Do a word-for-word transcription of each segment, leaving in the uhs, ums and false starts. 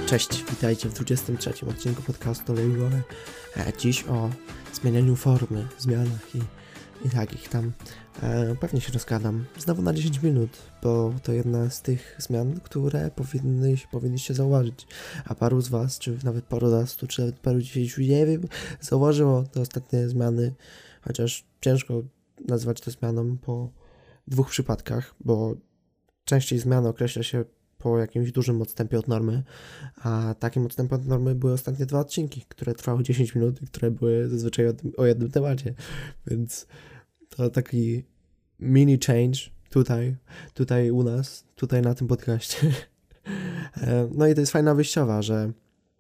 Cześć, witajcie w dwudziestym trzecim odcinku podcastu Lejgowe. Dziś o zmienianiu formy, zmianach i, i takich tam. E, pewnie się rozgadam. Znowu na dziesięć minut, bo to jedna z tych zmian, które powinny, powinniście zauważyć. A paru z was, czy nawet paru nastu, czy nawet paru dziesięciu, nie wiem, zauważyło te ostatnie zmiany, chociaż ciężko nazwać to zmianą po dwóch przypadkach, bo częściej zmiany określa się po jakimś dużym odstępie od normy, a takim odstępem od normy były ostatnie dwa odcinki, które trwały dziesięć minut i które były zazwyczaj o, tym, o jednym temacie, więc to taki mini change tutaj, tutaj u nas, tutaj na tym podcaście. No i to jest fajna wyjściowa, że,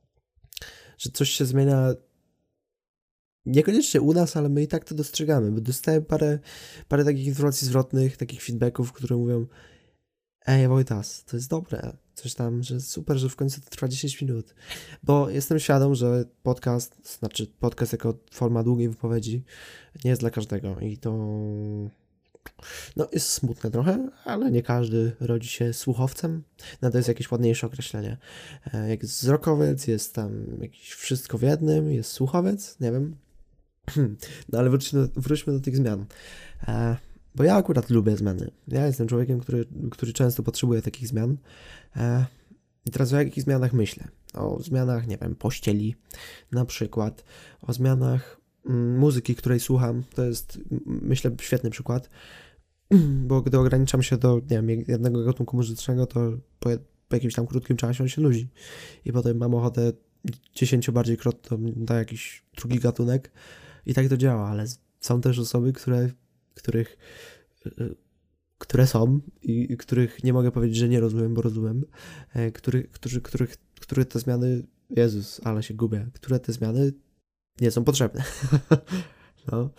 że coś się zmienia niekoniecznie u nas, ale my i tak to dostrzegamy, bo dostałem parę, parę takich informacji zwrotnych, takich feedbacków, które mówią: ej Wojtas, to jest dobre, coś tam, że super, że w końcu to trwa dziesięć minut, bo jestem świadom, że podcast, znaczy podcast jako forma długiej wypowiedzi nie jest dla każdego i to no jest smutne trochę, ale nie każdy rodzi się słuchowcem, no to jest jakieś ładniejsze określenie. Jak jest wzrokowiec, jest tam jakieś wszystko w jednym, jest słuchowiec, nie wiem, no ale wróćmy, wróćmy do tych zmian. Bo ja akurat lubię zmiany. Ja jestem człowiekiem, który, który często potrzebuje takich zmian. E, I teraz o jakich zmianach myślę? O zmianach, nie wiem, pościeli na przykład. O zmianach mm, muzyki, której słucham. To jest, myślę, świetny przykład. Bo gdy ograniczam się do, nie wiem, jednego gatunku muzycznego, to po, po jakimś tam krótkim czasie on się nudzi. I potem mam ochotę dziesięcio bardziej krotnie na jakiś drugi gatunek. I tak to działa, ale są też osoby, które których, które są i których nie mogę powiedzieć, że nie rozumiem, bo rozumiem, który, którzy, których, które te zmiany, Jezus, ale się gubię, które te zmiany nie są potrzebne. No.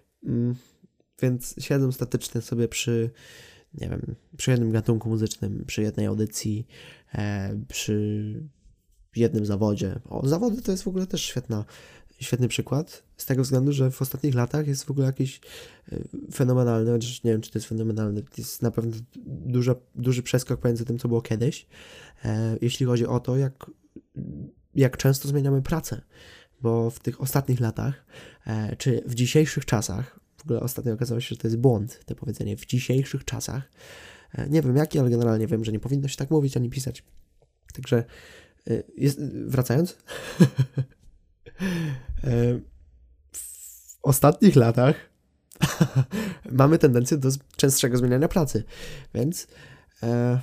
Więc siedzę statycznie sobie przy, nie wiem, przy jednym gatunku muzycznym, przy jednej audycji, przy jednym zawodzie. O, zawody to jest w ogóle też świetna Świetny przykład, z tego względu, że w ostatnich latach jest w ogóle jakiś fenomenalny, chociaż nie wiem, czy to jest fenomenalny, jest na pewno dużo, duży przeskok pomiędzy tym, co było kiedyś, e, jeśli chodzi o to, jak, jak często zmieniamy pracę, bo w tych ostatnich latach, e, czy w dzisiejszych czasach, w ogóle ostatnio okazało się, że to jest błąd, to powiedzenie, w dzisiejszych czasach, e, nie wiem jaki, ale generalnie wiem, że nie powinno się tak mówić, ani pisać, także e, jest, wracając, w ostatnich latach mamy tendencję do częstszego zmieniania pracy, więc e,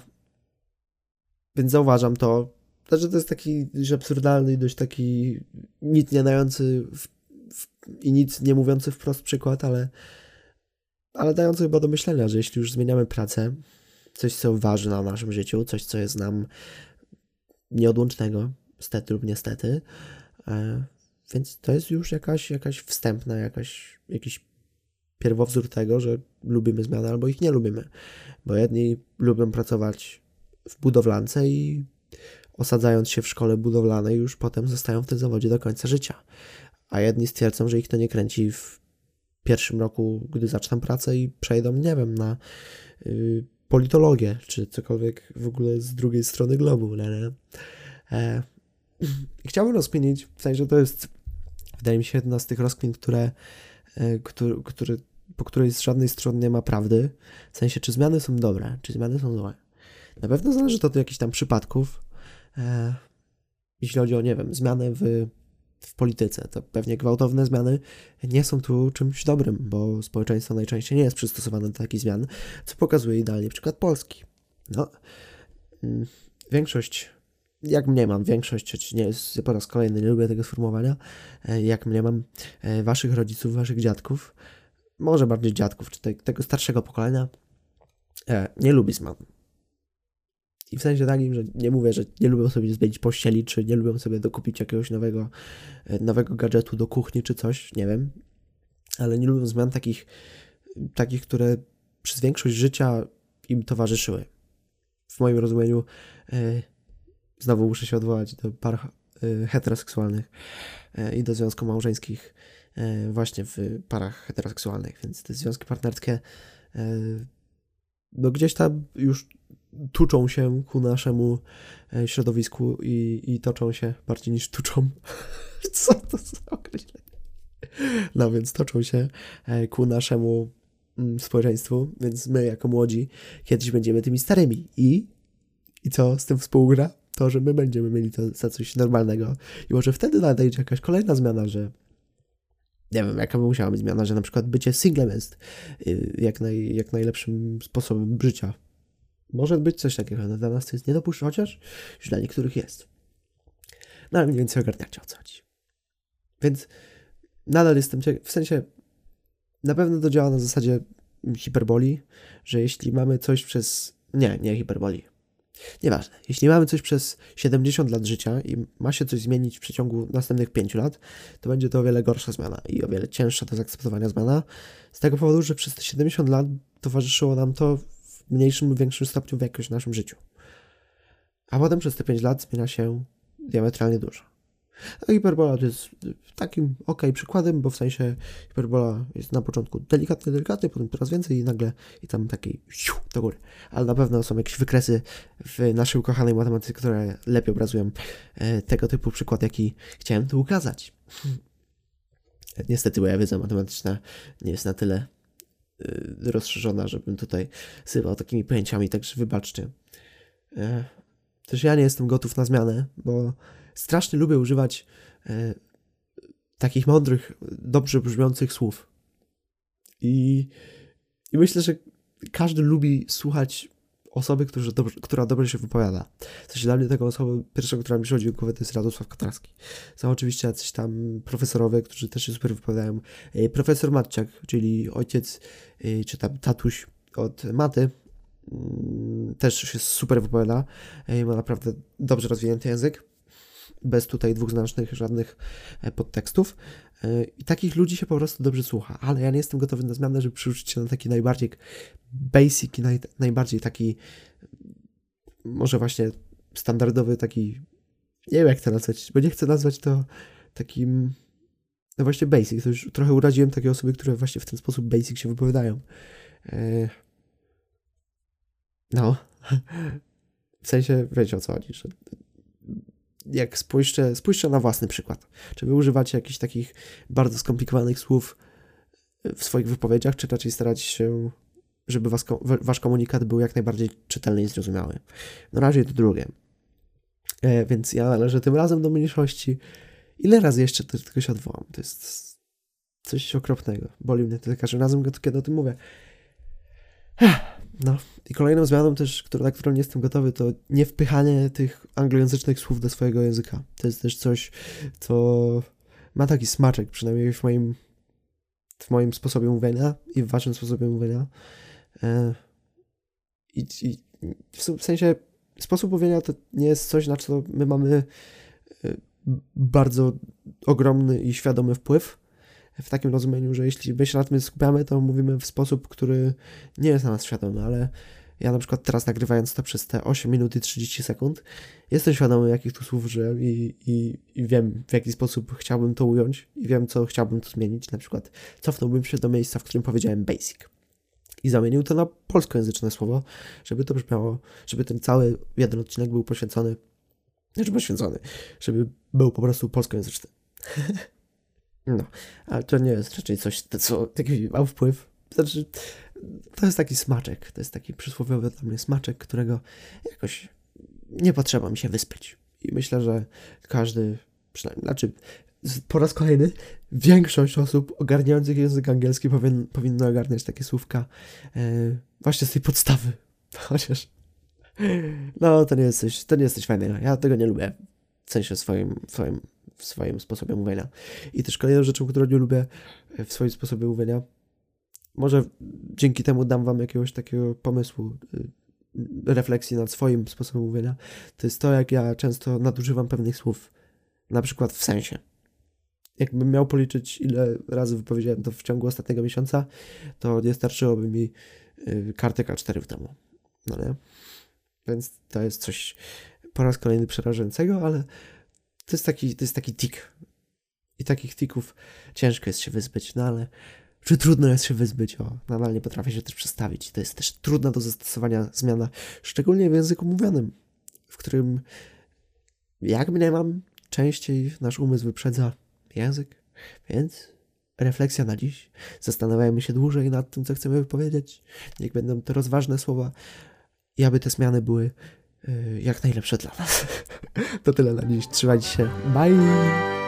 więc zauważam to, że to jest taki dość absurdalny i dość taki nic nie dający w, w, i nic nie mówiący wprost przykład, ale ale dający chyba do myślenia, że jeśli już zmieniamy pracę, coś co ważne w naszym życiu, coś co jest nam nieodłącznego, stety lub niestety, e, więc to jest już jakaś, jakaś wstępna, jakaś, jakiś pierwowzór tego, że lubimy zmiany albo ich nie lubimy. Bo jedni lubią pracować w budowlance i osadzając się w szkole budowlanej już potem zostają w tym zawodzie do końca życia. A jedni stwierdzą, że ich to nie kręci w pierwszym roku, gdy zaczną pracę i przejdą, nie wiem, na y, politologię, czy cokolwiek w ogóle z drugiej strony globu. Nie, nie? E, chciałbym rozkminić, w sensie, że to jest, wydaje mi się, jedna z tych rozkmin, które, który, który, po której z żadnej strony nie ma prawdy. W sensie, czy zmiany są dobre, czy zmiany są złe. Na pewno zależy to od jakichś tam przypadków. E, jeśli chodzi o, nie wiem, zmiany w, w polityce, to pewnie gwałtowne zmiany nie są tu czymś dobrym, bo społeczeństwo najczęściej nie jest przystosowane do takich zmian, co pokazuje idealnie przykład Polski. No, mm, większość Jak mnie mam większość, choć nie jest po raz kolejny, nie lubię tego sformułowania, jak mnie mam waszych rodziców, waszych dziadków, może bardziej dziadków, czy te, tego starszego pokolenia, nie lubi zmian. I w sensie takim, że nie mówię, że nie lubią sobie zmienić pościeli, czy nie lubią sobie dokupić jakiegoś nowego, nowego gadżetu do kuchni, czy coś, nie wiem, ale nie lubią zmian takich, takich, które przez większość życia im towarzyszyły. W moim rozumieniu znowu muszę się odwołać do par y, heteroseksualnych y, i do związków małżeńskich y, właśnie w parach heteroseksualnych, więc te związki partnerskie y, no gdzieś tam już tuczą się ku naszemu e, środowisku i, i toczą się bardziej niż tuczą. Co to za określenie? No więc toczą się e, ku naszemu mm, społeczeństwu, więc my jako młodzi kiedyś będziemy tymi starymi. I, i co z tym współgra? To, że my będziemy mieli to za coś normalnego. I może wtedy nadejdzie jakaś kolejna zmiana, że nie wiem, jaka by musiała być zmiana, że na przykład bycie singlem jest y, jak, naj, jak najlepszym sposobem życia. Może być coś takiego, no dla nas to jest niedopuszczalne, chociaż już dla niektórych jest. No ale mniej więcej ogarniacie, o co chodzi. Więc nadal jestem ciekaw, w sensie na pewno to działa na zasadzie hiperboli, że jeśli mamy coś przez... Nie, nie hiperboli. Nieważne. Jeśli mamy coś przez siedemdziesiąt lat życia i ma się coś zmienić w przeciągu następnych pięciu lat, to będzie to o wiele gorsza zmiana i o wiele cięższa do zaakceptowania zmiana. Z tego powodu, że przez te siedemdziesiąt lat towarzyszyło nam to w mniejszym lub większym stopniu w jakoś w naszym życiu. A potem przez te pięć lat zmienia się diametralnie dużo. A hiperbola to jest takim okej przykładem, bo w sensie hiperbola jest na początku delikatnie, delikatnie, potem coraz więcej i nagle i tam takiej siu, do góry. Ale na pewno są jakieś wykresy w naszej ukochanej matematyce, które lepiej obrazują e, tego typu przykład, jaki chciałem tu ukazać. Niestety moja wiedza matematyczna nie jest na tyle y, rozszerzona, żebym tutaj sypał takimi pojęciami, także wybaczcie. E, też ja nie jestem gotów na zmianę, bo strasznie lubię używać e, takich mądrych, dobrze brzmiących słów. I, I myślę, że każdy lubi słuchać osoby, którzy dobrze, która dobrze się wypowiada. W sensie dla mnie taką osobą pierwszą, która mi przychodzi do głowy, to jest Radosław Katarski. Są oczywiście jacyś tam profesorowie, którzy też się super wypowiadają. E, profesor Matciak, czyli ojciec, e, czy tam tatuś od maty, m, też się super wypowiada. E, ma naprawdę dobrze rozwinięty język. Bez tutaj dwuznacznych żadnych podtekstów. I takich ludzi się po prostu dobrze słucha. Ale ja nie jestem gotowy na zmianę, żeby przyuczyć się na taki najbardziej basic i naj, najbardziej taki może właśnie standardowy taki, nie wiem jak to nazwać, bo nie chcę nazwać to takim no właśnie basic. To już trochę uraziłem takie osoby, które właśnie w ten sposób basic się wypowiadają. No. W sensie, wiecie o co chodzi, że jak spójrzcie, spójrzcie na własny przykład. Czy wy używacie jakichś takich bardzo skomplikowanych słów w swoich wypowiedziach, czy raczej staracie się, żeby was, wasz komunikat był jak najbardziej czytelny i zrozumiały? No raczej to drugie. E, więc ja należę tym razem do mniejszości. Ile razy jeszcze to, tylko się odwołam? To jest coś okropnego. Boli mnie to za każdym razem, kiedy o tym mówię. No i kolejną zmianą też, na którą nie jestem gotowy, to nie wpychanie tych anglojęzycznych słów do swojego języka. To jest też coś, co ma taki smaczek, przynajmniej w moim, w moim sposobie mówienia i w waszym sposobie mówienia. I, i w sensie sposób mówienia to nie jest coś, na co my mamy bardzo ogromny i świadomy wpływ. W takim rozumieniu, że jeśli my się na tym skupiamy, to mówimy w sposób, który nie jest na nas świadomy, ale ja na przykład teraz nagrywając to przez te osiem minut i trzydzieści sekund, jestem świadomy, jakich tu słów użyłem i, i, i wiem, w jaki sposób chciałbym to ująć i wiem, co chciałbym tu zmienić. Na przykład cofnąłbym się do miejsca, w którym powiedziałem basic i zamienił to na polskojęzyczne słowo, żeby to brzmiało, żeby ten cały jeden odcinek był poświęcony, znaczy poświęcony, żeby był po prostu polskojęzyczny. No, ale to nie jest raczej coś, co taki ma wpływ. Znaczy, to jest taki smaczek, to jest taki przysłowiowy dla mnie smaczek, którego jakoś nie potrzeba mi się wyspyć. I myślę, że każdy, przynajmniej, znaczy po raz kolejny, większość osób ogarniających język angielski powin, powinno ogarniać takie słówka e, właśnie z tej podstawy. Chociaż, no to nie jest coś, to nie jest coś fajnego. Ja tego nie lubię. W sensie swoim, swoim w swoim sposobie mówienia. I też kolejną rzeczą, którą nie lubię w swoim sposobie mówienia, może dzięki temu dam wam jakiegoś takiego pomysłu, refleksji nad swoim sposobem mówienia, to jest to, jak ja często nadużywam pewnych słów. Na przykład w sensie. Jakbym miał policzyć, ile razy wypowiedziałem to w ciągu ostatniego miesiąca, to nie starczyłoby mi kartek A cztery w domu. No nie? Więc to jest coś po raz kolejny przerażającego, ale to jest taki, to jest taki tik. I takich tików ciężko jest się wyzbyć, no ale że trudno jest się wyzbyć, o, nadal nie potrafię się też przestawić. To jest też trudna do zastosowania zmiana, szczególnie w języku mówionym, w którym jak mniemam, częściej nasz umysł wyprzedza język, więc refleksja na dziś. Zastanawiajmy się dłużej nad tym, co chcemy wypowiedzieć. Niech będą to rozważne słowa i aby te zmiany były yy, jak najlepsze dla nas. To tyle na dziś. Trzymajcie się. Bye!